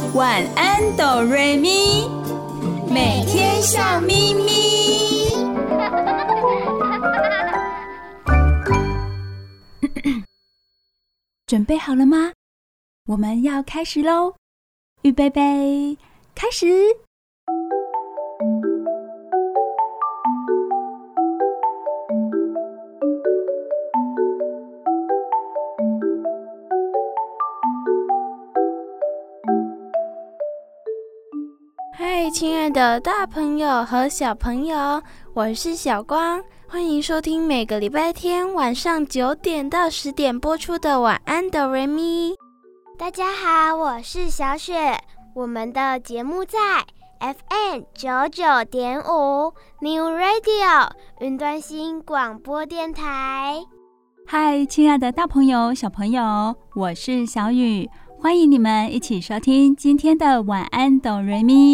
晚安哆瑞咪，每天笑眯眯。准备好了吗？我们要开始咯！预备备，开始！ 嗨，亲爱的大朋友和小朋友，我是小光，欢迎收听每个礼拜天晚上9点到10点播出的晚安哆瑞咪。 大家好，我是小雪，我们的节目在 FM 99.5 New Radio 云端新广播电台。 嗨，亲爱的大朋友小朋友，我是小雨，欢迎你们一起收听今天的晚安哆瑞咪。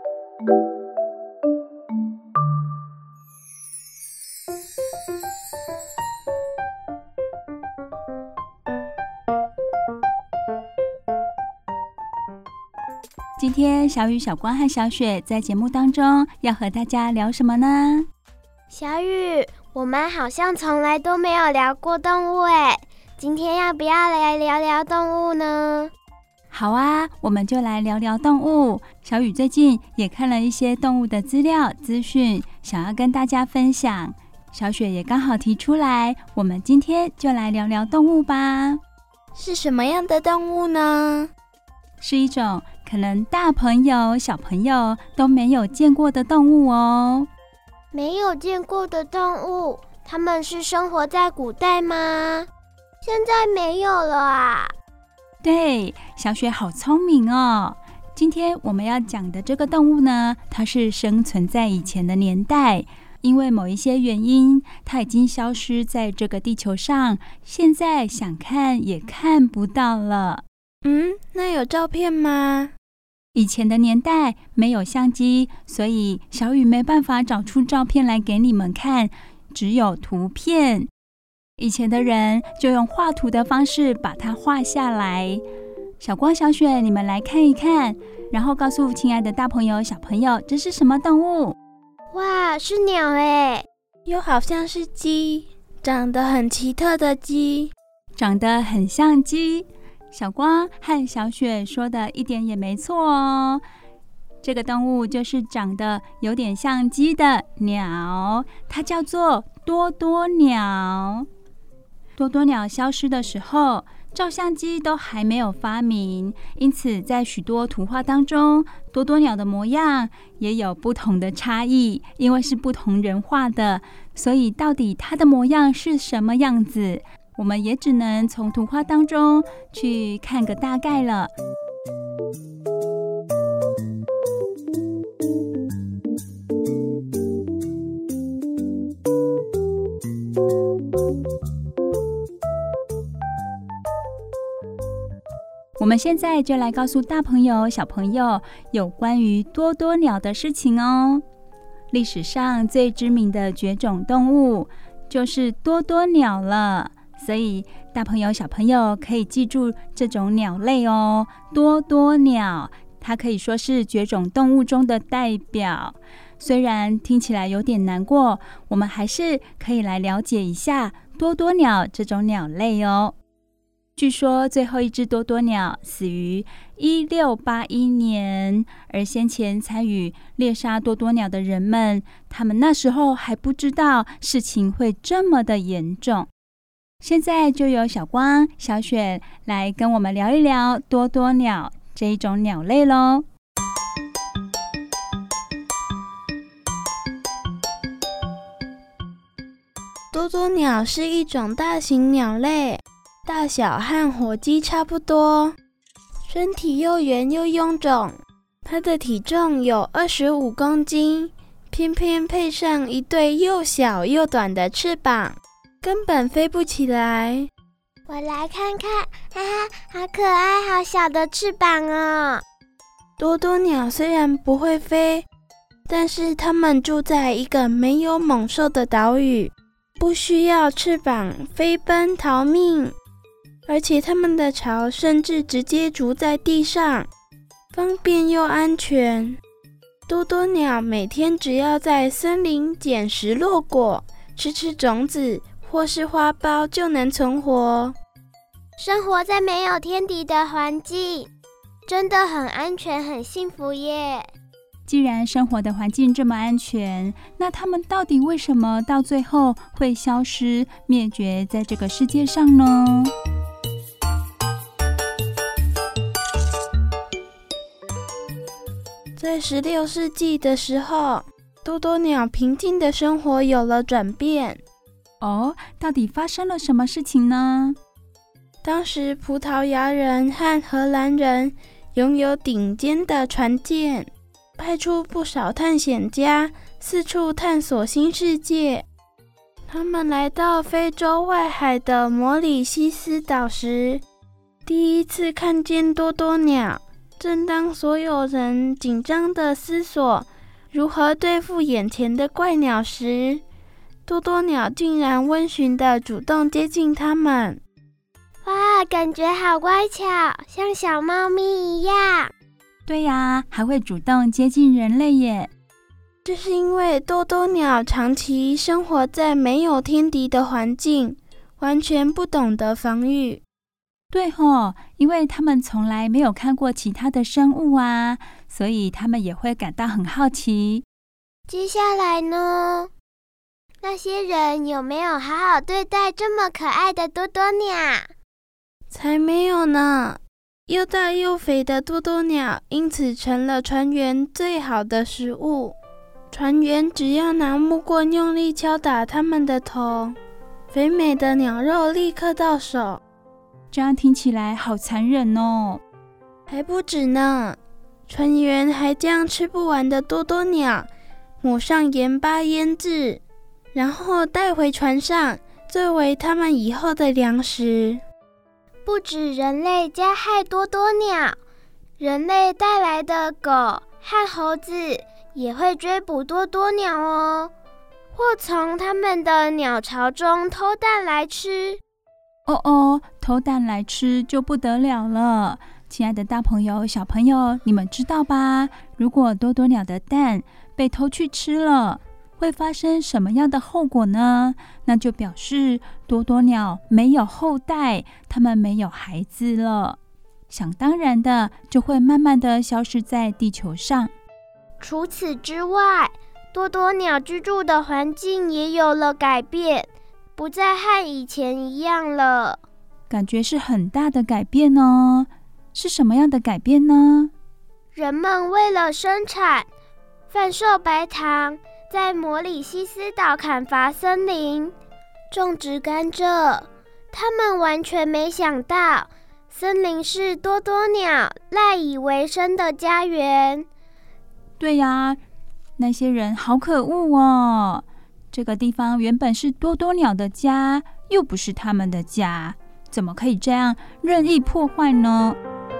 今天小雨、小光和小雪在节目当中要和大家聊什么呢？ 小雨，我们好像从来都没有聊过动物耶，今天要不要来聊聊动物呢？ 好啊，我们就来聊聊动物。小雨最近也看了一些动物的资料资讯，想要跟大家分享。小雪也刚好提出来，我们今天就来聊聊动物吧。 是什么样的动物呢？ 是一种可能大朋友小朋友都没有见过的动物哦。 没有见过的动物，它们是生活在古代吗？现在没有了啊。 对，小雪好聪明哦。今天我们要讲的这个动物呢，它是生存在以前的年代，因为某一些原因，它已经消失在这个地球上，现在想看也看不到了。 那有照片吗？ 以前的年代没有相机，所以小雨没办法找出照片来给你们看，只有图片。以前的人就用画图的方式把它画下来。小光、小雪，你们来看一看，然后告诉亲爱的大朋友、小朋友，这是什么动物？ 哇，是鸟耶！ 又好像是鸡，长得很奇特的鸡， 长得很像鸡。小光和小雪说的一点也没错哦。这个动物就是长得有点像鸡的鸟，它叫做多多鸟。多多鸟消失的时候，照相机都还没有发明，因此在许多图画当中，多多鸟的模样也有不同的差异，因为是不同人画的，所以到底它的模样是什么样子，我们也只能从图画当中去看个大概了。我们现在就来告诉大朋友、小朋友有关于多多鸟的事情哦。历史上最知名的绝种动物就是多多鸟了，所以大朋友、小朋友可以记住这种鸟类哦。多多鸟，它可以说是绝种动物中的代表。虽然听起来有点难过，我们还是可以来了解一下多多鸟这种鸟类哦。据说最后一只多多鸟死于1681年，而先前参与猎杀多多鸟的人们，他们那时候还不知道事情会这么的严重。现在就由小光、小雪来跟我们聊一聊多多鸟这一种鸟类咯。 多多鸟是一种大型鸟类，大小和火鸡差不多，身体又圆又臃肿，它的体重有25公斤，偏偏配上一对又小又短的翅膀，根本飞不起来。 我来看看，哈哈，好可爱，好小的翅膀哦。 多多鸟虽然不会飞，但是它们住在一个没有猛兽的岛屿，不需要翅膀飞奔逃命，而且它们的巢甚至直接筑在地上， 方便又安全。多多鸟每天只要在森林捡食落果，吃吃种子或是花苞就能存活。 生活在没有天敌的环境，真的很安全，很幸福耶。 既然生活的环境这么安全，那它们到底为什么到最后会消失灭绝在这个世界上呢？ 在16世纪的时候，多多鸟平静的生活有了转变。 哦，到底发生了什么事情呢？ 当时葡萄牙人和荷兰人拥有顶尖的船舰，派出不少探险家四处探索新世界。他们来到非洲外海的摩里西斯岛时，第一次看见多多鸟。正当所有人紧张地思索如何对付眼前的怪鸟时，多多鸟竟然温驯地主动接近他们。 哇，感觉好乖巧，像小猫咪一样。 对呀，还会主动接近人类耶。 这是因为多多鸟长期生活在没有天敌的环境，完全不懂得防御。 对吼，因为他们从来没有看过其他的生物啊，所以他们也会感到很好奇。 接下来呢？那些人有没有好好对待这么可爱的多多鸟？ 才没有呢！又大又肥的多多鸟因此成了船员最好的食物。船员只要拿木棍用力敲打它们的头，肥美的鸟肉立刻到手。 这样听起来好残忍哦。 还不止呢，船员还将吃不完的多多鸟抹上盐巴腌制，然后带回船上作为他们以后的粮食。 不止人类加害多多鸟，人类带来的狗和猴子也会追捕多多鸟哦，或从他们的鸟巢中偷蛋来吃。 哦，偷蛋来吃就不得了了。亲爱的大朋友小朋友，你们知道吧？如果多多鸟的蛋被偷去吃了，会发生什么样的后果呢？那就表示多多鸟没有后代，它们没有孩子了，想当然的就会慢慢的消失在地球上。 除此之外，多多鸟居住的环境也有了改变，不再和以前一样了。 感觉是很大的改变哦。是什么样的改变呢？ 人们为了生产、贩售白糖，在摩里西斯岛砍伐森林、种植甘蔗。他们完全没想到，森林是多多鸟赖以为生的家园。 对呀，那些人好可恶哦！这个地方原本是多多鸟的家，又不是他们的家，怎么可以这样任意破坏呢？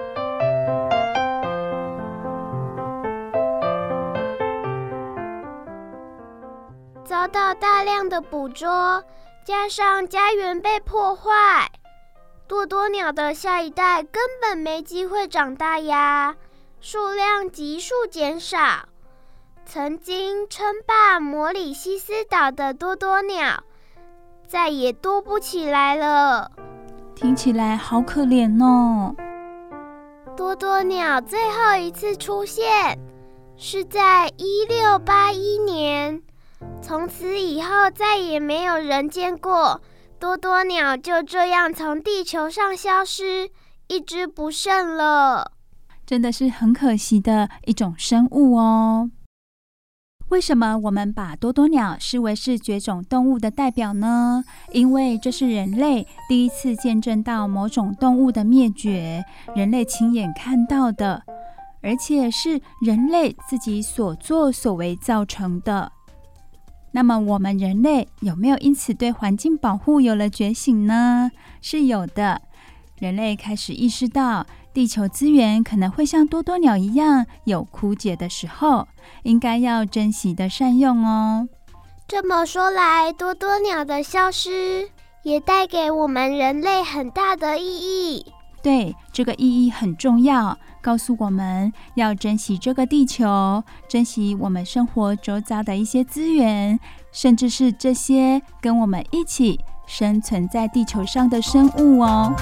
遭到大量的捕捉，加上家园被破坏，多多鸟的下一代根本没机会长大呀，数量急速减少。曾经称霸摩里西斯岛的多多鸟，再也多不起来了。 听起来好可怜哦。 多多鸟最后一次出现是在1681年。从此以后，再也没有人见过多多鸟就这样从地球上消失，一只不剩了。 真的是很可惜的一种生物哦。为什么我们把多多鸟视为是绝种动物的代表呢？因为这是人类第一次见证到某种动物的灭绝，人类亲眼看到的，而且是人类自己所作所为造成的。那么我们人类有没有因此对环境保护有了觉醒呢？是有的。人类开始意识到地球资源可能会像多多鸟一样有枯竭的时候，应该要珍惜的善用哦。 这么说来，多多鸟的消失也带给我们人类很大的意义。 对，这个意义很重要，告诉我们要珍惜这个地球，珍惜我们生活周遭的一些资源，甚至是这些跟我们一起生存在地球上的生物哦。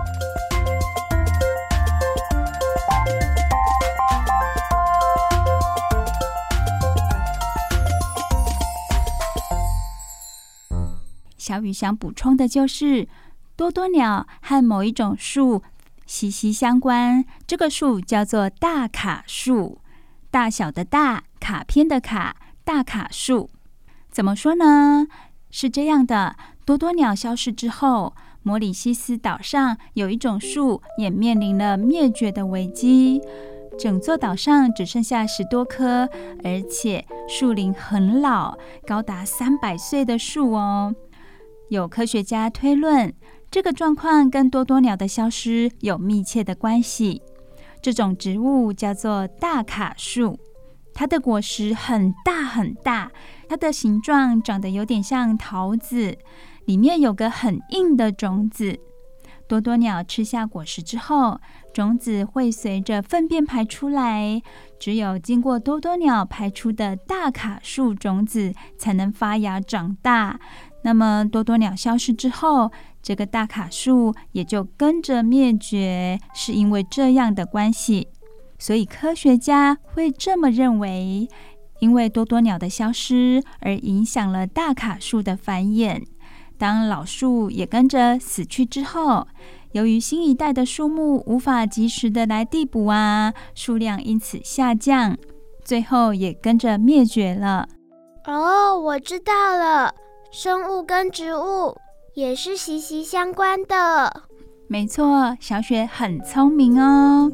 小雨想补充的就是，多多鸟和某一种树息息相关，这个树叫做大卡树，大小的大，卡片的卡，大卡树。怎么说呢？是这样的，多多鸟消失之后，摩里西斯岛上有一种树也面临了灭绝的危机，整座岛上只剩下10多棵，而且树龄很老，高达300岁的树哦。有科学家推论，这个状况跟多多鸟的消失有密切的关系。这种植物叫做大卡树，它的果实很大很大，它的形状长得有点像桃子，里面有个很硬的种子。多多鸟吃下果实之后，种子会随着粪便排出来，只有经过多多鸟排出的大卡树种子才能发芽长大。那么多多鸟消失之后，这个大卡树也就跟着灭绝，是因为这样的关系。所以科学家会这么认为，因为多多鸟的消失而影响了大卡树的繁衍。当老树也跟着死去之后，由于新一代的树木无法及时的来递补数量因此下降，最后也跟着灭绝了。 哦，我知道了，生物跟植物也是息息相关的。 没错，小雪很聪明哦。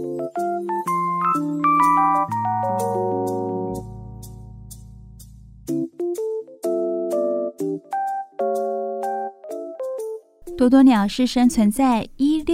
多多鸟是生存在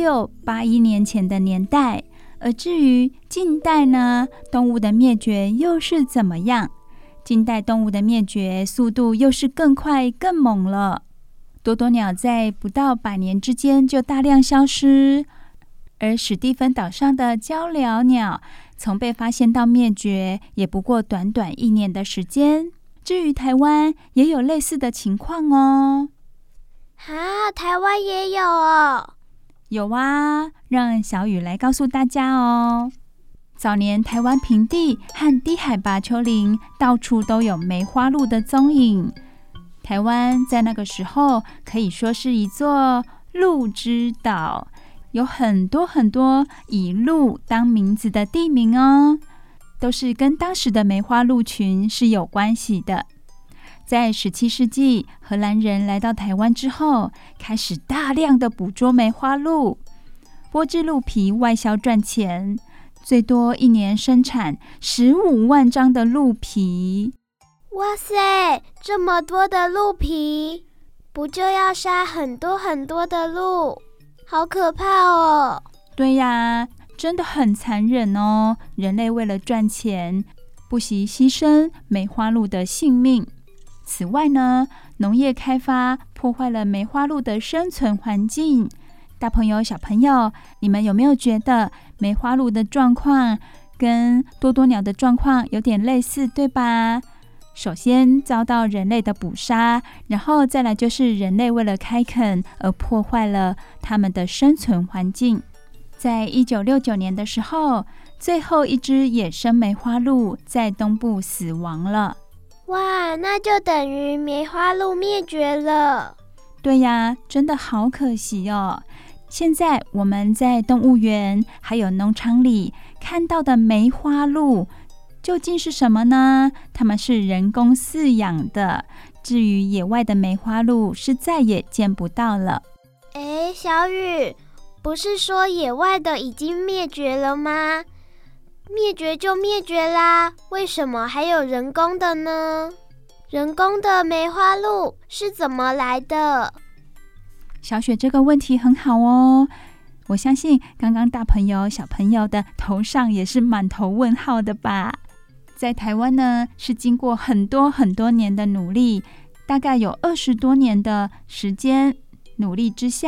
1681年前的年代，而至于近代呢，动物的灭绝又是怎么样？近代动物的灭绝速度又是更快更猛了。多多鸟在不到100年之间就大量消失，而史蒂芬岛上的鹪鹩鸟从被发现到灭绝也不过短短1年的时间。至于台湾也有类似的情况哦。 台湾也有哦？ 有啊，让小雨来告诉大家哦。早年台湾平地和低海拔丘陵到处都有梅花鹿的踪影。台湾在那个时候可以说是一座鹿之岛，有很多很多以鹿当名字的地名哦，都是跟当时的梅花鹿群是有关系的。在17世纪，荷兰人来到台湾之后，开始大量的捕捉梅花鹿，剥制鹿皮外销赚钱，最多1年生产15万张的鹿皮。 哇塞，这么多的鹿皮，不就要杀很多很多的鹿？好可怕哦！ 对呀，真的很残忍哦。人类为了赚钱，不惜牺牲梅花鹿的性命。此外呢，农业开发破坏了梅花鹿的生存环境。大朋友小朋友，你们有没有觉得梅花鹿的状况跟多多鸟的状况有点类似，对吧？首先遭到人类的捕杀，然后再来就是人类为了开垦而破坏了它们的生存环境。在1969年的时候，最后一只野生梅花鹿在东部死亡了。 哇，那就等于梅花鹿灭绝了。 对呀，真的好可惜哦。现在我们在动物园还有农场里看到的梅花鹿究竟是什么呢？它们是人工饲养的，至于野外的梅花鹿是再也见不到了。 小雨，不是说野外的已经灭绝了吗？灭绝就灭绝啦，为什么还有人工的呢？人工的梅花鹿是怎么来的？ 小雪这个问题很好哦，我相信刚刚大朋友小朋友的头上也是满头问号的吧。在台湾呢，是经过很多很多年的努力，大概有20多年的时间努力之下，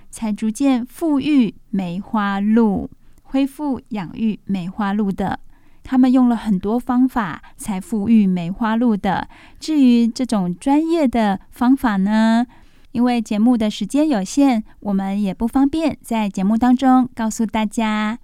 才逐渐复育梅花鹿，恢复养育梅花鹿的。他们用了很多方法才复育梅花鹿的。至于这种专业的方法呢，因为节目的时间有限，我们也不方便在节目当中告诉大家。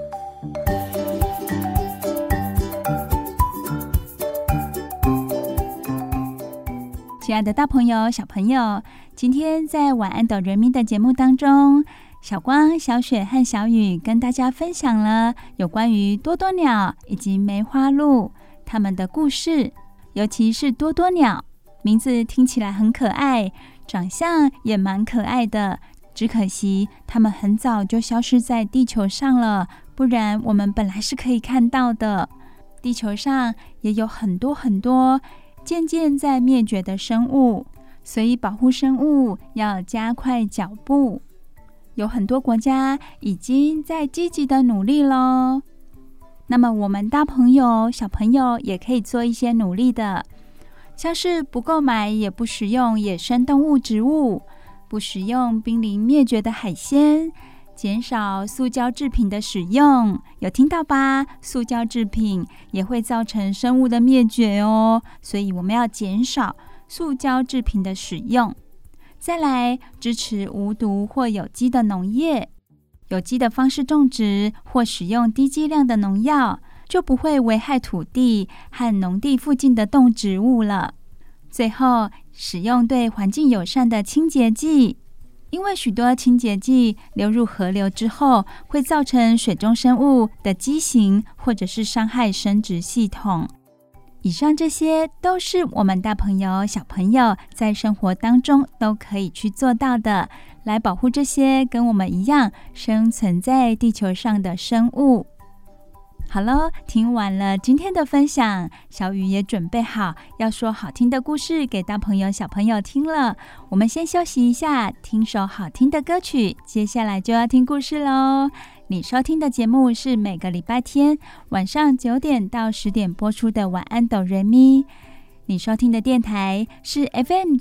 亲爱的大朋友小朋友，今天在晚安哆瑞咪的节目当中，小光、小雪和小雨跟大家分享了有关于多多鸟以及梅花鹿他们的故事。尤其是多多鸟，名字听起来很可爱，长相也蛮可爱的，只可惜它们很早就消失在地球上了，不然我们本来是可以看到的。地球上也有很多很多渐渐在灭绝的生物，所以保护生物要加快脚步。有很多国家已经在积极的努力咯。那么我们大朋友小朋友也可以做一些努力的，像是不购买也不食用野生动物植物，不食用濒临灭绝的海鲜，减少塑胶制品的使用。有听到吧？塑胶制品也会造成生物的灭绝哦，所以我们要减少塑胶制品的使用。再来，支持无毒或有机的农业，有机的方式种植或使用低剂量的农药，就不会危害土地和农地附近的动植物了。最后，使用对环境友善的清洁剂，因为许多清洁剂流入河流之后，会造成水中生物的畸形，或者是伤害生殖系统。以上这些都是我们大朋友小朋友在生活当中都可以去做到的，来保护这些跟我们一样生存在地球上的生物。好咯，听完了今天的分享，小雨也准备好要说好听的故事给大朋友小朋友听了。我们先休息一下，听首好听的歌曲，接下来就要听故事咯。你收听的节目是每个礼拜天晚上9点到10点播出的晚安哆瑞咪。你收听的电台是 FM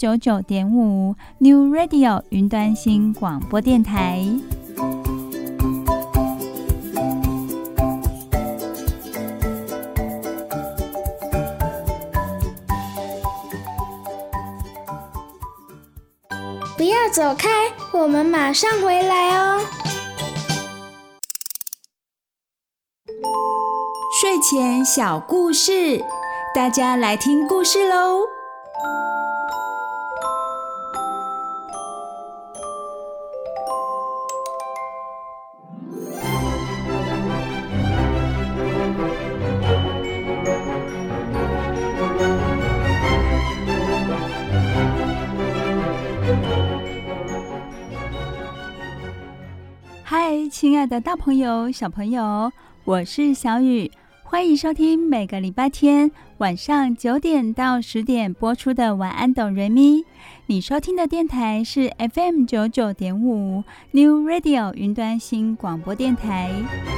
99.5 New Radio 云端新广播电台。 不要走开，我们马上回来哦。 睡前小故事，大家来听故事喽。嗨，亲爱的大朋友小朋友，我是小雨，欢迎收听每个礼拜天晚上9点到10点播出的晚安哆瑞咪。你收听的电台是 FM 99.5 New Radio 云端新广播电台。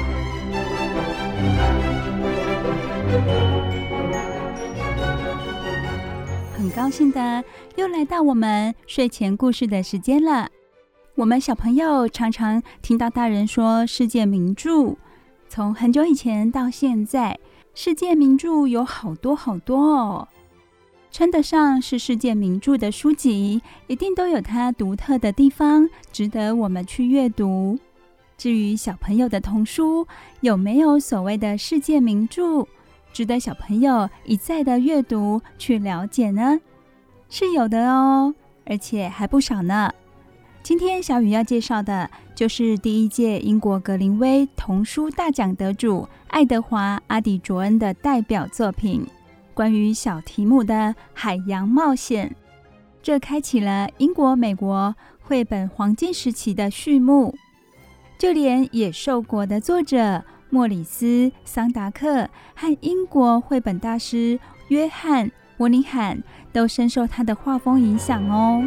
很高兴的又来到我们睡前故事的时间了。我们小朋友常常听到大人说世界名著，从很久以前到现在，世界名著有好多好多哦。称得上是世界名著的书籍，一定都有它独特的地方，值得我们去阅读。至于小朋友的童书，有没有所谓的世界名著，值得小朋友一再的阅读去了解呢？是有的哦，而且还不少呢。今天小雨要介绍的就是第1届英国格林威童书大奖得主爱德华·阿迪卓恩的代表作品，关于小提姆的海洋冒险。这开启了英国、美国绘本黄金时期的序幕。就连野兽国的作者莫里斯·桑达克和英国绘本大师约翰·伯尼罕都深受他的画风影响哦。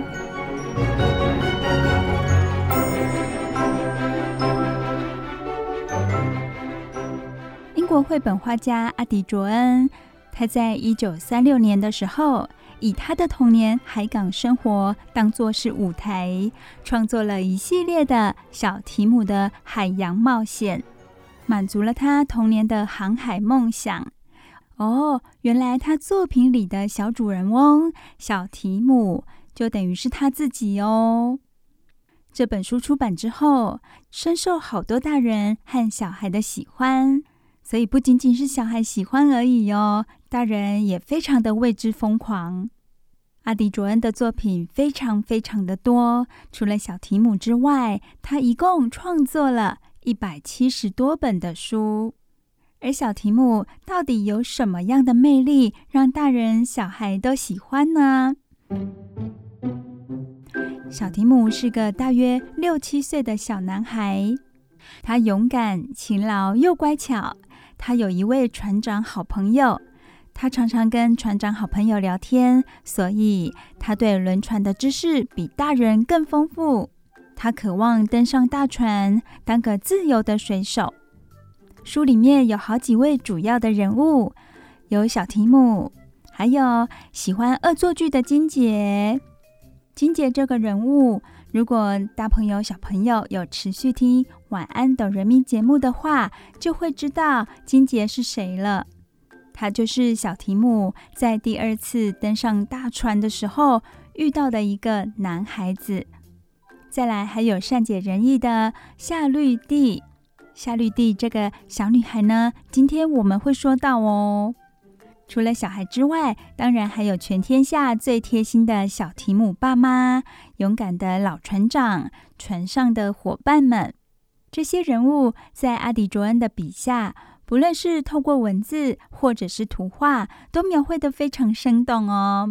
英国绘本画家阿迪卓恩，他在1936年的时候以他的童年海港生活当作是舞台，创作了一系列的小提姆的海洋冒险，满足了他童年的航海梦想。原来他作品里的小主人翁小提姆就等于是他自己哦。这本书出版之后，深受好多大人和小孩的喜欢，所以不仅仅是小孩喜欢而已哦，大人也非常的为之疯狂。阿迪卓恩的作品非常非常的多，除了小提姆之外，他一共创作了170多本的书。而小提姆到底有什么样的魅力，让大人小孩都喜欢呢？小提姆是个大约6、7岁的小男孩，他勇敢、勤劳又乖巧。他有一位船长好朋友，他常常跟船长好朋友聊天，所以他对轮船的知识比大人更丰富。他渴望登上大船，当个自由的水手。书里面有好几位主要的人物，有小提姆，还有喜欢恶作剧的金姐。金姐这个人物，如果大朋友小朋友有持续听晚安哆瑞咪节目的话，就会知道金姐是谁了。她就是小提姆在第2次登上大船的时候遇到的一个男孩子。再来还有善解人意的夏绿蒂。夏绿蒂这个小女孩呢，今天我们会说到哦。除了小孩之外，当然还有全天下最贴心的小提姆爸妈，勇敢的老船长，船上的伙伴们。这些人物在阿迪卓恩的笔下，不论是透过文字或者是图画，都描绘得非常生动哦。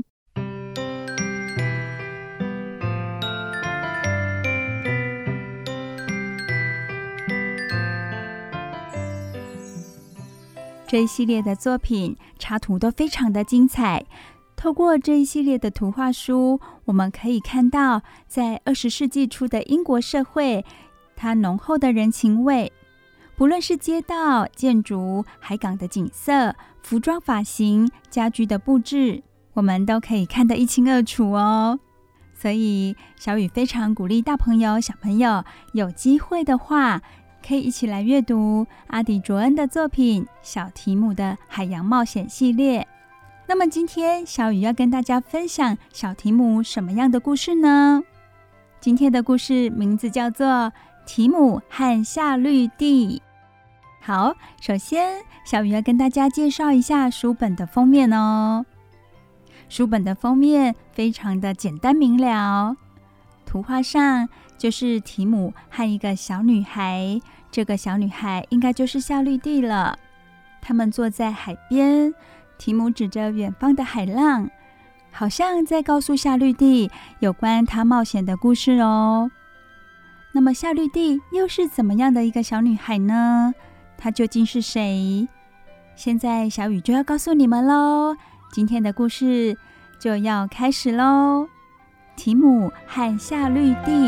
这一系列的作品插图都非常的精彩。透过这一系列的图画书，我们可以看到在20世纪初的英国社会，它浓厚的人情味，不论是街道、建筑、海港的景色、服装、发型、家居的布置，我们都可以看得一清二楚哦。所以小雨非常鼓励大朋友小朋友有机会的话，可以一起来阅读阿迪卓恩的作品《小提姆的海洋冒险系列》。那么今天小雨要跟大家分享小提姆什么样的故事呢？今天的故事名字叫做《提姆和夏绿蒂》。好，首先小雨要跟大家介绍一下书本的封面哦。书本的封面非常的简单明了，图画上就是提姆和一个小女孩，这个小女孩应该就是夏绿蒂了。他们坐在海边，提姆指着远方的海浪，好像在告诉夏绿蒂有关她冒险的故事哦。那么夏绿蒂又是怎么样的一个小女孩呢？她究竟是谁？现在小雨就要告诉你们咯，今天的故事就要开始咯。提姆和夏绿蒂。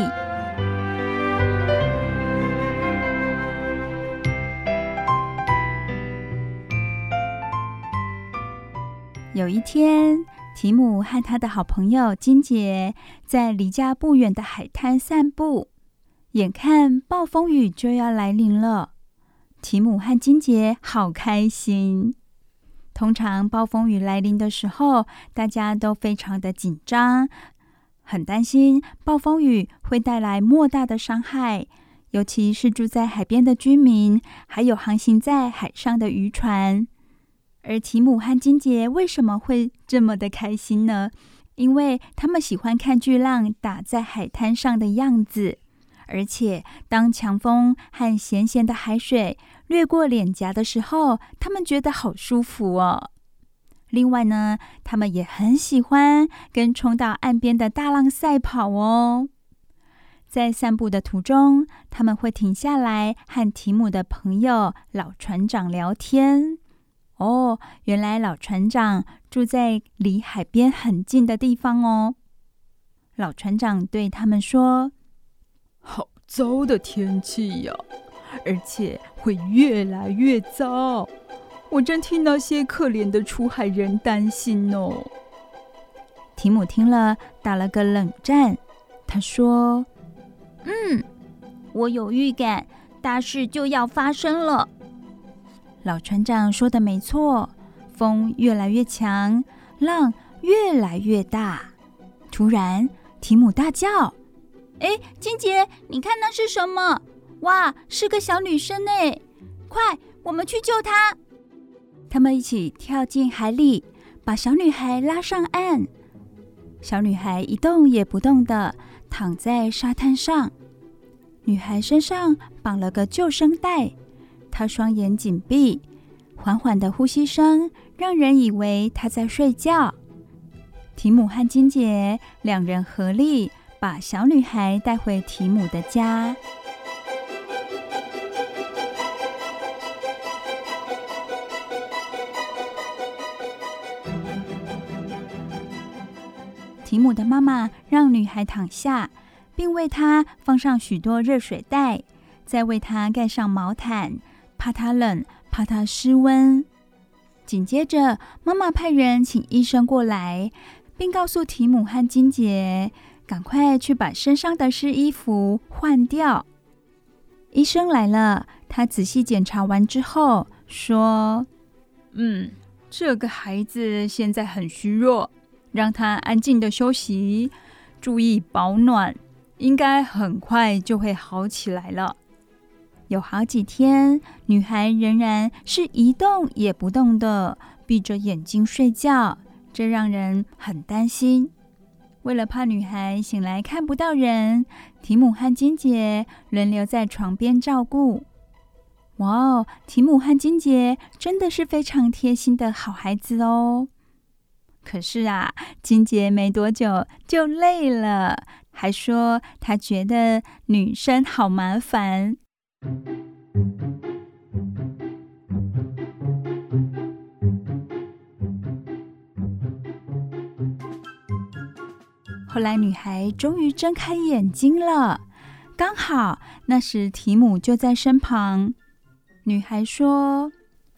有一天，提姆和他的好朋友金姐在离家不远的海滩散步，眼看暴风雨就要来临了，提姆和金姐好开心。通常暴风雨来临的时候，大家都非常的紧张，很担心暴风雨会带来莫大的伤害，尤其是住在海边的居民，还有航行在海上的渔船。而提姆和金姐为什么会这么的开心呢？因为他们喜欢看巨浪打在海滩上的样子，而且当强风和咸咸的海水掠过脸颊的时候，他们觉得好舒服哦。另外呢，他们也很喜欢跟冲到岸边的大浪赛跑哦。在散步的途中，他们会停下来和提姆的朋友老船长聊天。哦，原来老船长住在离海边很近的地方哦。老船长对他们说： 好糟的天气呀，而且会越来越糟，我真替那些可怜的出海人担心哦。 提姆听了打了个冷战，他说：我有预感大事就要发生了。老船长说的没错，风越来越强，浪越来越大。突然提姆大叫：金姐，你看那是什么？哇，是个小女生耶！快，我们去救她！他们一起跳进海里，把小女孩拉上岸。小女孩一动也不动地躺在沙滩上，女孩身上绑了个救生带，她双眼紧闭，缓缓的呼吸声让人以为她在睡觉。提姆和金姐两人合力把小女孩带回提姆的家。提姆的妈妈让女孩躺下，并为她放上许多热水袋，再为她盖上毛毯，怕她冷，怕她失温。紧接着，妈妈派人请医生过来，并告诉提姆和金姐赶快去把身上的湿衣服换掉。医生来了，他仔细检查完之后说：这个孩子现在很虚弱，让他安静的休息，注意保暖，应该很快就会好起来了。有好几天，女孩仍然是一动也不动的闭着眼睛睡觉，这让人很担心。为了怕女孩醒来看不到人，提姆和金姐轮流在床边照顾。哇哦，提姆和金姐真的是非常贴心的好孩子哦。可是啊，金姐没多久就累了，还说她觉得女生好麻烦。后来女孩终于睁开眼睛了，刚好那时提姆就在身旁。女孩说：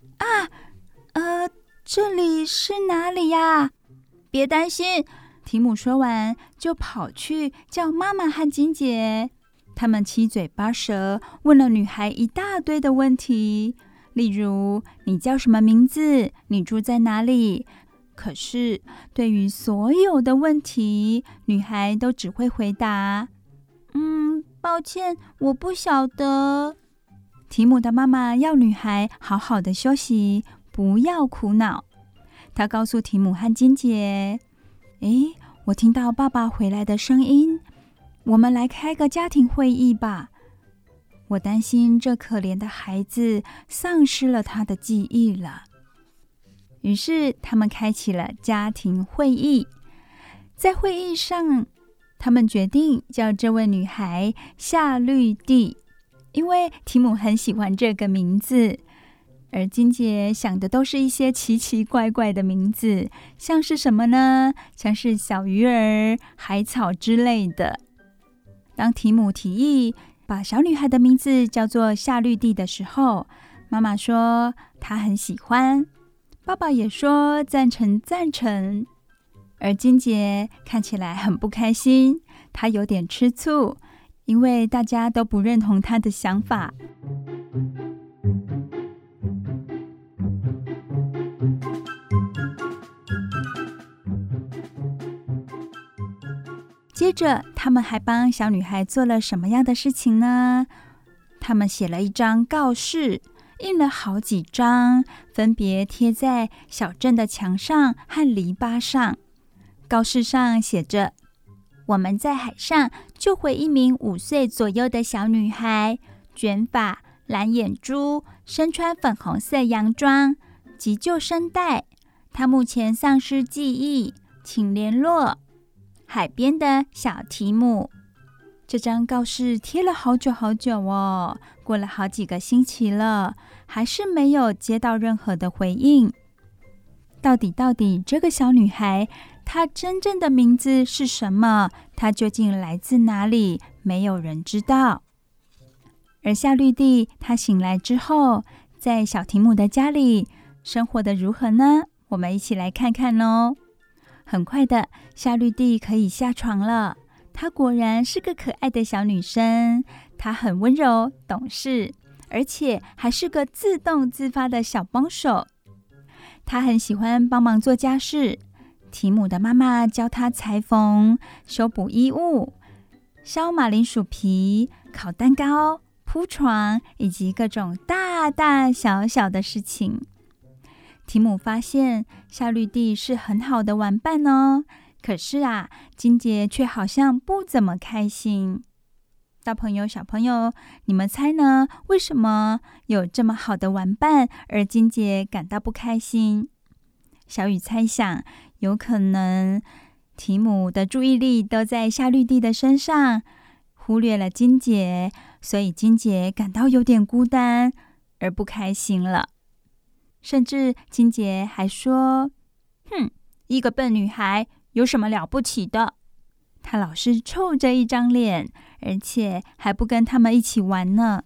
这里是哪里呀？别担心。提姆说完就跑去叫妈妈和金姐。他们七嘴八舌问了女孩一大堆的问题，例如你叫什么名字，你住在哪里。可是对于所有的问题，女孩都只会回答抱歉，我不晓得。提姆的妈妈要女孩好好的休息，不要苦恼。她告诉提姆和金姐：我听到爸爸回来的声音，我们来开个家庭会议吧。我担心这可怜的孩子丧失了他的记忆了。于是他们开启了家庭会议。在会议上，他们决定叫这位女孩夏绿蒂，因为提姆很喜欢这个名字。而金姐想的都是一些奇奇怪怪的名字，像是什么呢？像是小鱼儿、海草之类的。当提姆提议把小女孩的名字叫做夏绿蒂的时候，妈妈说她很喜欢，爸爸也说赞成。而金姐看起来很不开心，她有点吃醋，因为大家都不认同她的想法。接着，他们还帮小女孩做了什么样的事情呢？他们写了一张告示，印了好几张，分别贴在小镇的墙上和篱笆上。告示上写着：我们在海上救回一名5岁左右的小女孩，卷发、蓝眼珠，身穿粉红色洋装，急救声带。她目前丧失记忆，请联络海边的小提姆。这张告示贴了好久哦，过了好几个星期了，还是没有接到任何的回应。到底这个小女孩她真正的名字是什么？她究竟来自哪里？没有人知道。而夏绿蒂她醒来之后，在小提姆的家里生活的如何呢？我们一起来看看哦。 很快的，夏绿蒂可以下床了。她果然是个可爱的小女生，她很温柔懂事，而且还是个自动自发的小帮手。她很喜欢帮忙做家事，提姆的妈妈教她裁缝、修补衣物、削马铃薯皮、烤蛋糕、铺床，以及各种大大小小的事情。提姆发现夏绿蒂是很好的玩伴哦，可是啊，金杰却好像不怎么开心。大朋友、小朋友，你们猜呢？为什么有这么好的玩伴，而金杰感到不开心？小雨猜想，有可能提姆的注意力都在夏绿蒂的身上，忽略了金杰，所以金杰感到有点孤单而不开心了。甚至金杰还说：“一个笨女孩有什么了不起的？她老是臭着一张脸，而且还不跟他们一起玩呢。”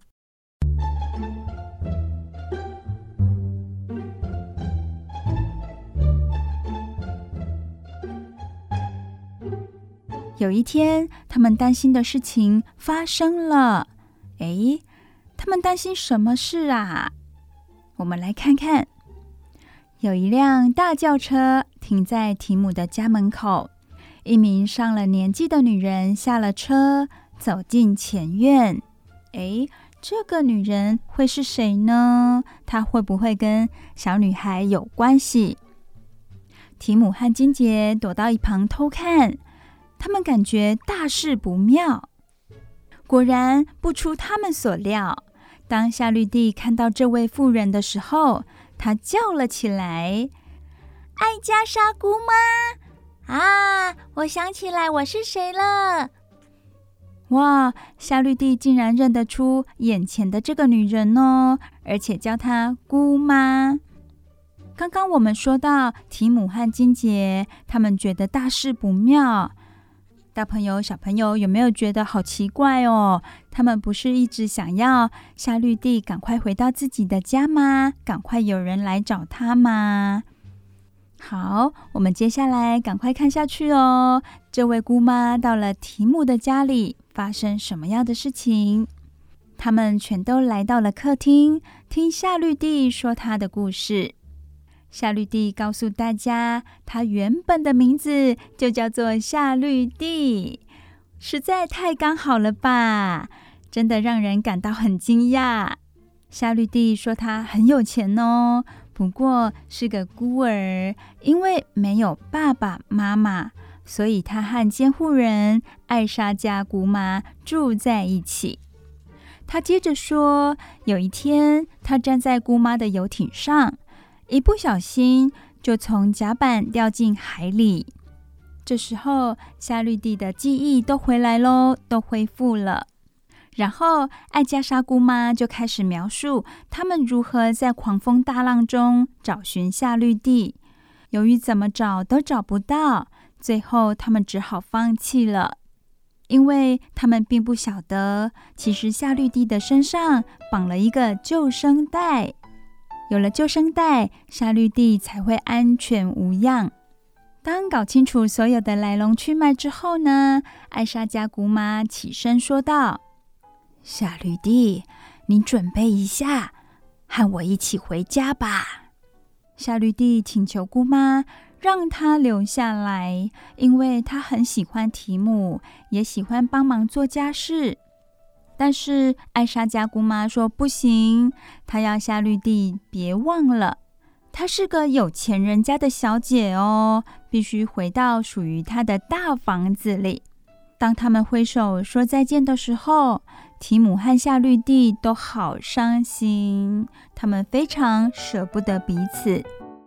有一天，他们担心的事情发生了。他们担心什么事啊？我们来看看。有一辆大轿车停在提姆的家门口，一名上了年纪的女人下了车，走进前院。这个女人会是谁呢？她会不会跟小女孩有关系？提姆和金杰躲到一旁偷看，他们感觉大事不妙。果然不出他们所料，当夏绿蒂看到这位妇人的时候，她叫了起来：“艾加莎姑妈啊，我想起来我是谁了。”哇，夏绿蒂竟然认得出眼前的这个女人哦，而且叫她姑妈。刚刚我们说到提姆和金杰，他们觉得大事不妙。大朋友、小朋友有没有觉得好奇怪哦？他们不是一直想要夏绿蒂赶快回到自己的家吗？赶快有人来找她吗？好，我们接下来赶快看下去哦。这位姑妈到了提姆的家里，发生什么样的事情？他们全都来到了客厅，听夏绿蒂说她的故事。夏绿蒂告诉大家，她原本的名字就叫做夏绿蒂，实在太刚好了吧，真的让人感到很惊讶。夏绿蒂说她很有钱哦，不过是个孤儿，因为没有爸爸妈妈，所以她和监护人艾莎家姑妈住在一起。她接着说，有一天她站在姑妈的游艇上，一不小心就从甲板掉进海里。这时候夏绿蒂的记忆都回来咯，都恢复了。然后艾加莎姑妈就开始描述他们如何在狂风大浪中找寻夏绿蒂。由于怎么找都找不到，最后他们只好放弃了，因为他们并不晓得，其实夏绿蒂的身上绑了一个救生带。有了救生带，夏绿蒂才会安全无恙。当搞清楚所有的来龙去脉之后呢，艾莎家姑妈起身说道：“夏绿蒂，你准备一下，和我一起回家吧。”夏绿蒂请求姑妈让她留下来，因为她很喜欢提姆，也喜欢帮忙做家事。但是艾莎家姑妈说不行，她要夏绿蒂别忘了，她是个有钱人家的小姐哦，必须回到属于她的大房子里。当他们挥手说再见的时候，提姆和夏绿蒂都好伤心，他们非常舍不得彼此。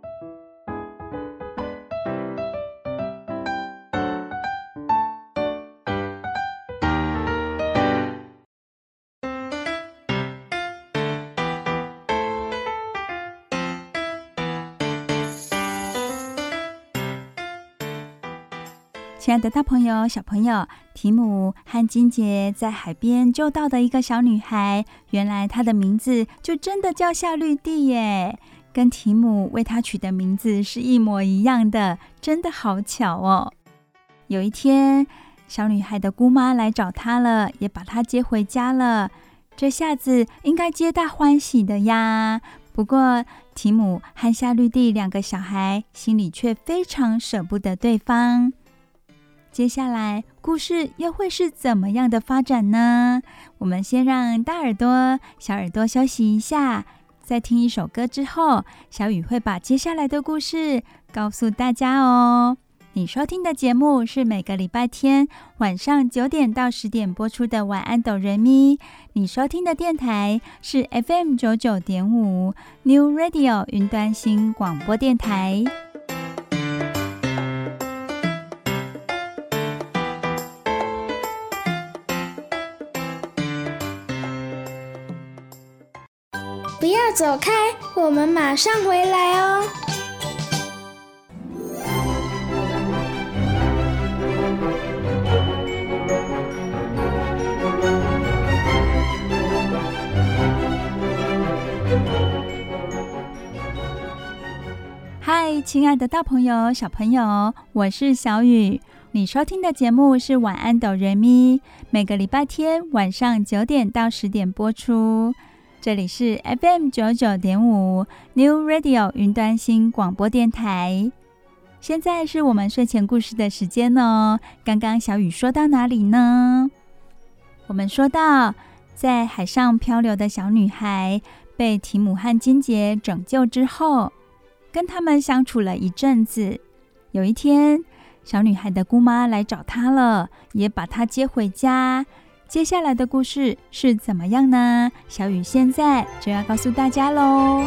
亲爱的大朋友、小朋友，提姆和金杰在海边救到的一个小女孩，原来她的名字就真的叫夏绿蒂耶！ 跟提姆为他取的名字是一模一样的，真的好巧哦。有一天，小女孩的姑妈来找她了，也把她接回家了。这下子应该皆大欢喜的呀。不过，提姆和夏绿蒂2个小孩心里却非常舍不得对方。接下来，故事又会是怎么样的发展呢？我们先让大耳朵、小耳朵休息一下，在听一首歌之后，小雨会把接下来的故事告诉大家哦。你收听的节目是每个礼拜天晚上9点到10点播出的晚安哆瑞咪。你收听的电台是 FM99.5 New Radio 云端新广播电台。 不要走开，我们马上回来哦。 嗨，亲爱的大朋友、小朋友，我是小雨。你收听的节目是晚安哆瑞咪，每个礼拜天晚上9点到10点播出。这里是 FM99.5 New Radio 云端新广播电台。现在是我们睡前故事的时间哦。刚刚小雨说到哪里呢？我们说到，在海上漂流的小女孩被提姆和金杰拯救之后，跟他们相处了一阵子。有一天，小女孩的姑妈来找她了，也把她接回家。接下来的故事是怎么样呢？小雨现在就要告诉大家咯。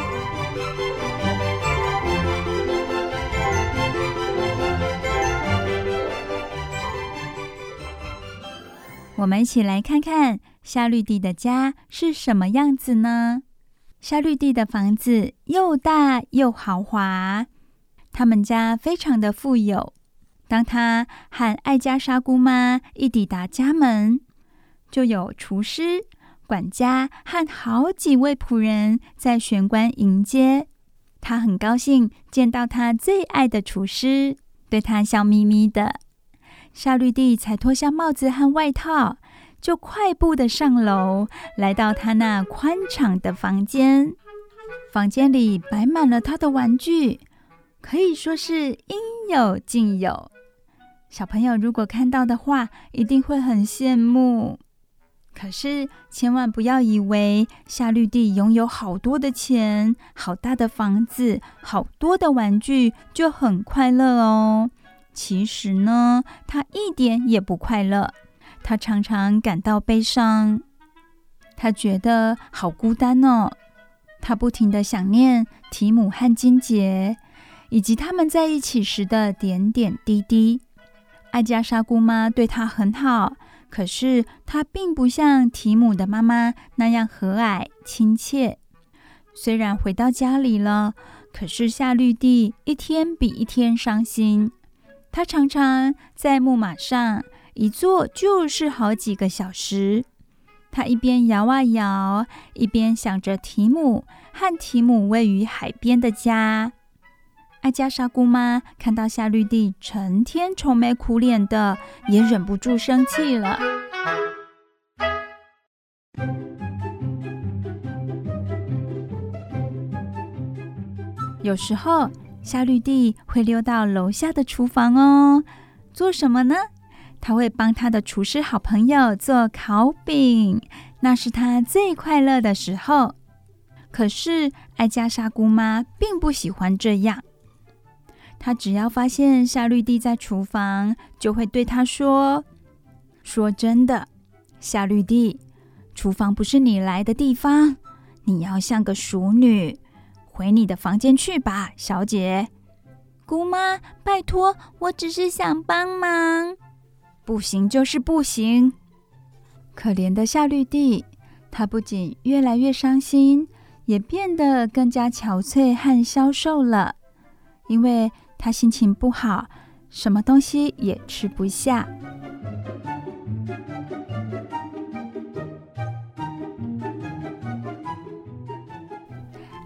我们一起来看看夏绿蒂的家是什么样子呢？夏绿蒂的房子又大又豪华，他们家非常的富有。当他和艾加莎姑妈一抵达家门，就有厨师、管家和好几位仆人在玄关迎接。他很高兴见到他最爱的厨师，对他笑眯眯的。夏绿蒂才脱下帽子和外套，就快步的上楼，来到他那宽敞的房间。房间里摆满了他的玩具，可以说是应有尽有。小朋友如果看到的话，一定会很羡慕。可是千万不要以为夏绿蒂拥有好多的钱、好大的房子、好多的玩具就很快乐哦。其实呢，她一点也不快乐。她常常感到悲伤，她觉得好孤单哦。她不停地想念提姆和金杰，以及他们在一起时的点点滴滴。艾加莎姑妈对她很好，可是她并不像提姆的妈妈那样和蔼亲切。虽然回到家里了，可是夏绿蒂一天比一天伤心。她常常在木马上一坐就是好几个小时。她一边摇啊摇，一边想着提姆和提姆位于海边的家。艾加莎姑妈看到夏绿蒂成天愁眉苦脸的，也忍不住生气了。有时候夏绿蒂会溜到楼下的厨房哦，做什么呢？她会帮她的厨师好朋友做烤饼，那是她最快乐的时候。可是艾加莎姑妈并不喜欢这样。她只要发现夏绿蒂在厨房，就会对她说：“说真的，夏绿蒂，厨房不是你来的地方，你要像个淑女，回你的房间去吧，小姐。”姑妈，拜托，我只是想帮忙。不行就是不行。可怜的夏绿蒂，她不仅越来越伤心，也变得更加憔悴和消瘦了，因为她心情不好，什么东西也吃不下。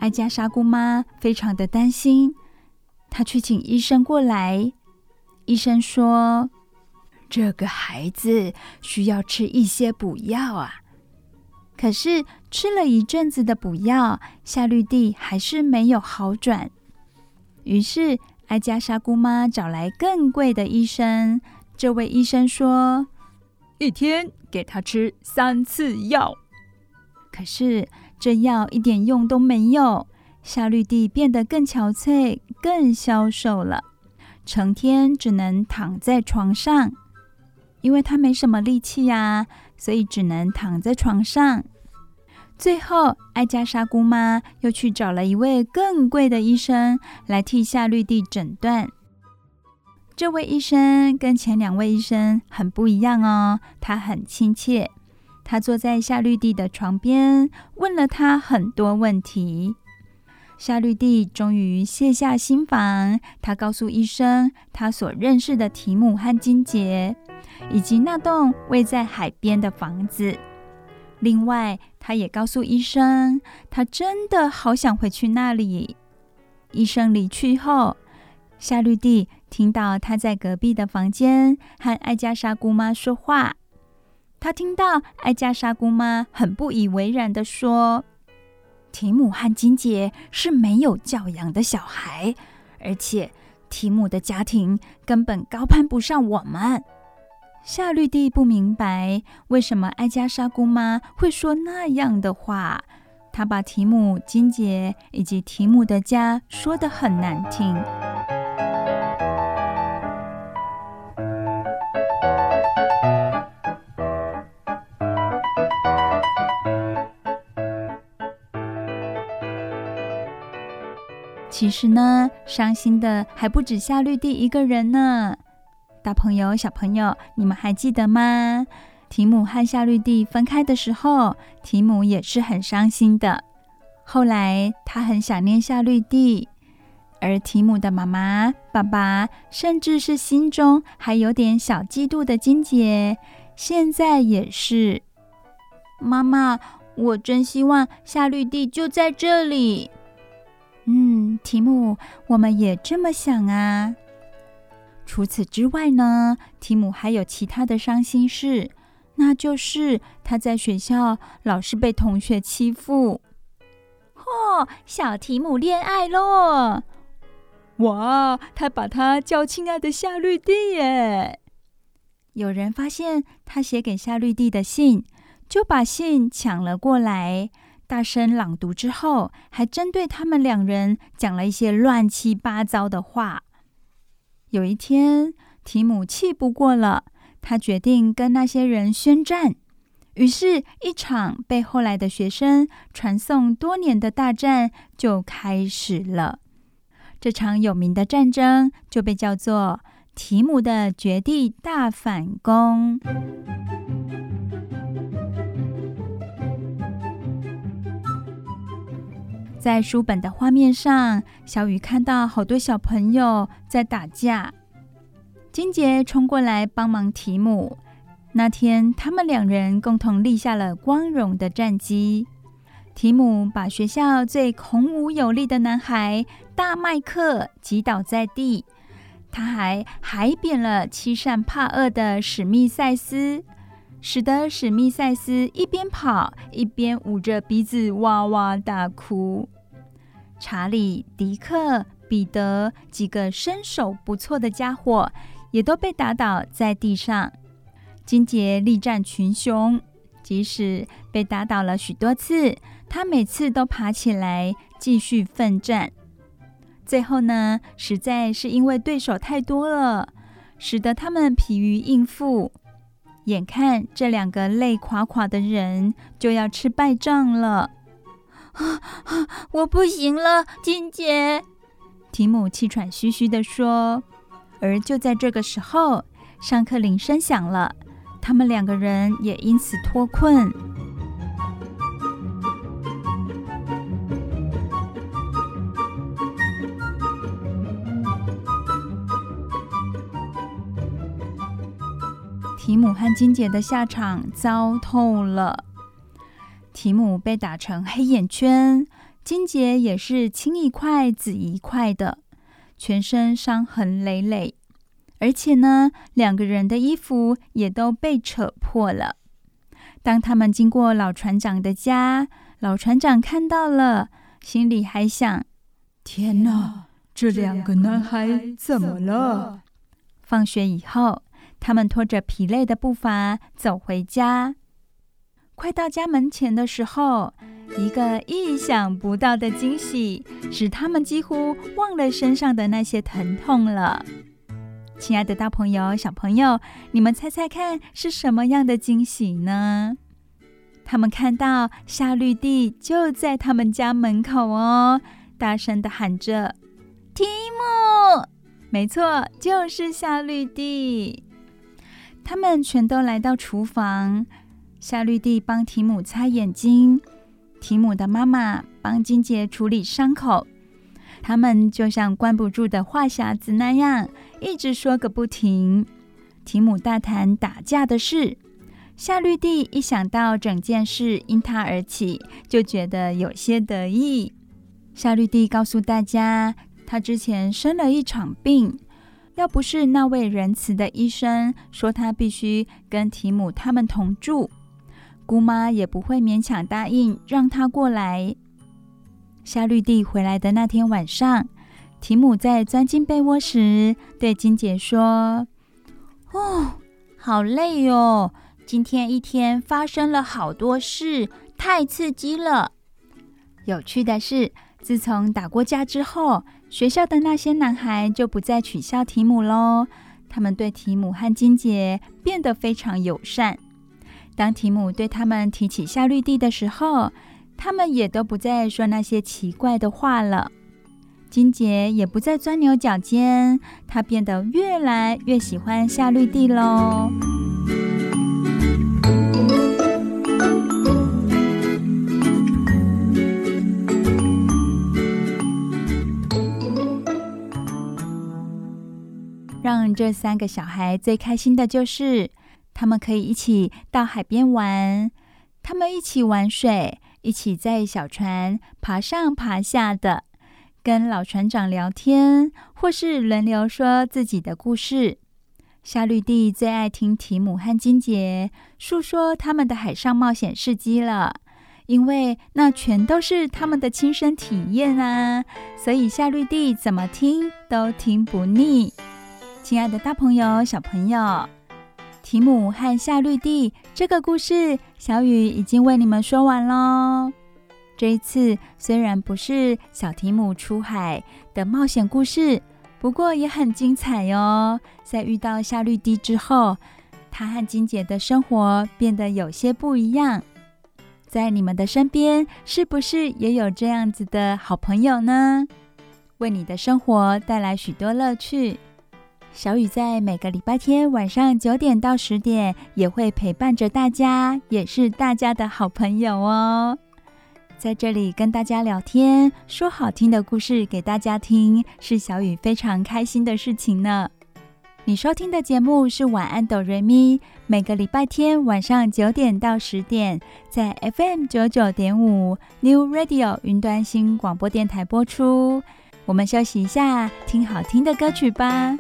哀家莎姑妈非常的担心，她去请医生过来。医生说， 这个孩子需要吃一些补药啊。 可是吃了一阵子的补药，夏绿蒂还是没有好转。于是哀家莎姑妈找来更贵的医生。这位医生说， 一天给他吃3次药。 可是这药一点用都没有，夏绿蒂变得更憔悴，更消瘦了，成天只能躺在床上。因为她没什么力气啊，所以只能躺在床上。最后哀家莎姑妈又去找了一位更贵的医生来替夏绿蒂诊断。这位医生跟前2位医生很不一样哦，他很亲切，他坐在夏绿蒂的床边，问了她很多问题。夏绿蒂终于卸下心防，她告诉医生她所认识的提姆和金杰，以及那栋位在海边的房子。另外，她也告诉医生，她真的好想回去那里。医生离去后，夏绿蒂听到她在隔壁的房间和哀家莎姑妈说话。她听到哀家莎姑妈很不以为然地说，提姆和金杰是没有教养的小孩，而且提姆的家庭根本高攀不上我们。夏绿蒂不明白为什么哀家莎姑妈会说那样的话，她把提姆、金杰以及提姆的家说得很难听。其实呢，伤心的还不止夏绿蒂一个人呢。大朋友、小朋友，你们还记得吗？提姆和夏绿蒂分开的时候，提姆也是很伤心的。后来他很想念夏绿蒂，而提姆的妈妈、爸爸，甚至是心中还有点小嫉妒的金杰，现在也是。妈妈，我真希望夏绿蒂就在这里。提姆，我们也这么想啊。除此之外呢，提姆还有其他的伤心事，那就是他在学校老是被同学欺负。小提姆恋爱咯！ 哇，他把他叫亲爱的夏绿蒂耶！ 有人发现他写给夏绿蒂的信，就把信抢了过来，大声朗读之后，还针对他们2人讲了一些乱七八糟的话。有一天，提姆气不过了，他决定跟那些人宣战。于是，一场被后来的学生传颂多年的大战就开始了。这场有名的战争就被叫做提姆的绝地大反攻。在书本的画面上，小雨看到好多小朋友在打架。金杰冲过来帮忙提姆。那天，他们2人共同立下了光荣的战绩。提姆把学校最孔武有力的男孩大麦克击倒在地，他还海扁了欺善怕恶的史密塞斯，使得史密塞斯一边跑一边捂着鼻子哇哇大哭。查理、迪克、彼得几个身手不错的家伙也都被打倒在地上。金杰力战群雄，即使被打倒了许多次，他每次都爬起来继续奋战。最后呢，实在是因为对手太多了，使得他们疲于应付。眼看这2个累垮垮的人就要吃败仗了。我不行了，金杰，提姆气喘吁吁地说。而就在这个时候，上课铃声响了，他们2个人也因此脱困。提姆和金杰的下场糟透了。提姆被打成黑眼圈， 金杰也是青一块紫一块的，全身伤痕累累，而且呢，2个人的衣服也都被扯破了。当他们经过老船长的家，老船长看到了，心里还想： 天哪，这2个男孩怎么了？ 放学以后，他们拖着疲累的步伐走回家。快到家门前的时候，一个意想不到的惊喜使他们几乎忘了身上的那些疼痛了。亲爱的大朋友、小朋友，你们猜猜看是什么样的惊喜呢？他们看到夏绿蒂就在他们家门口哦，大声地喊着：提姆！没错，就是夏绿蒂。他们全都来到厨房，夏绿蒂帮提姆擦眼睛，提姆的妈妈帮金杰处理伤口。他们就像关不住的话匣子那样，一直说个不停。提姆大谈打架的事，夏绿蒂一想到整件事因他而起，就觉得有些得意。夏绿蒂告诉大家，她之前生了一场病，要不是那位仁慈的医生说她必须跟提姆他们同住，姑妈也不会勉强答应让她过来。夏绿蒂回来的那天晚上，提姆在钻进被窝时对金杰说：好累哦，今天一天发生了好多事，太刺激了。有趣的是，自从打过架之后，学校的那些男孩就不再取笑提姆咯，他们对提姆和金杰变得非常友善。当提姆对他们提起夏绿蒂的时候，他们也都不再说那些奇怪的话了。金杰也不再钻牛角尖，他变得越来越喜欢夏绿蒂咯。让这3个小孩最开心的就是他们可以一起到海边玩，他们一起玩水，一起在小船爬上爬下的，跟老船长聊天，或是轮流说自己的故事。夏绿蒂最爱听提姆和金杰述说他们的海上冒险事迹了，因为那全都是他们的亲身体验啊，所以夏绿蒂怎么听都听不腻。亲爱的大朋友、小朋友，提姆和夏绿蒂这个故事，小雨已经为你们说完咯。这一次虽然不是小提姆出海的冒险故事，不过也很精彩哦。在遇到夏绿蒂之后，他和金姐的生活变得有些不一样。在你们的身边，是不是也有这样子的好朋友呢？为你的生活带来许多乐趣。小雨在每个礼拜天晚上9点到10点也会陪伴着大家，也是大家的好朋友哦。在这里跟大家聊天，说好听的故事给大家听，是小雨非常开心的事情呢。你收听的节目是晚安哆瑞咪，每个礼拜天晚上9点到10点，在 FM 99.5 New Radio 云端新广播电台播出。我们休息一下，听好听的歌曲吧。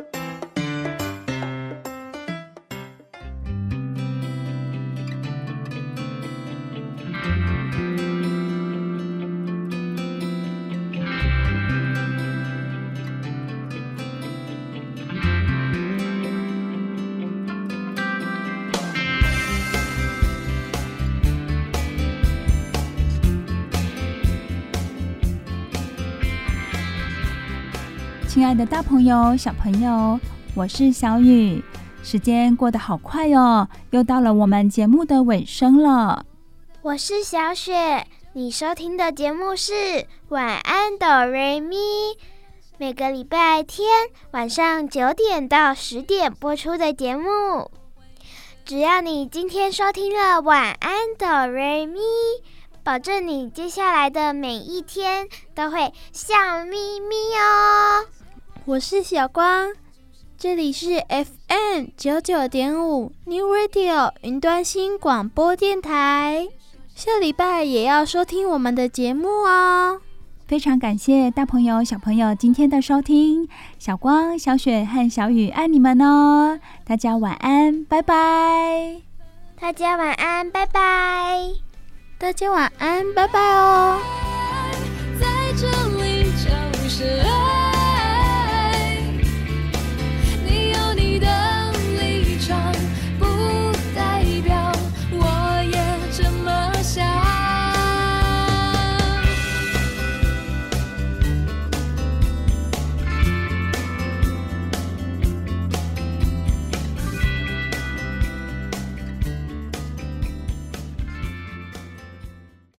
亲爱的大朋友、小朋友，我是小雨。时间过得好快哦，又到了我们节目的尾声了。 我是小雪，你收听的节目是晚安哆瑞咪，每个礼拜天晚上9点到10点播出的节目。只要你今天收听了晚安哆瑞咪，保证你接下来的每一天都会笑眯眯哦。 我是小光，这里是 FM 99.5 New Radio 云端新广播电台。 下礼拜也要收听我们的节目哦。 非常感谢大朋友小朋友今天的收听，小光、小雪和小雨爱你们哦，大家晚安，拜拜。 大家晚安，拜拜。 大家晚安，拜拜哦。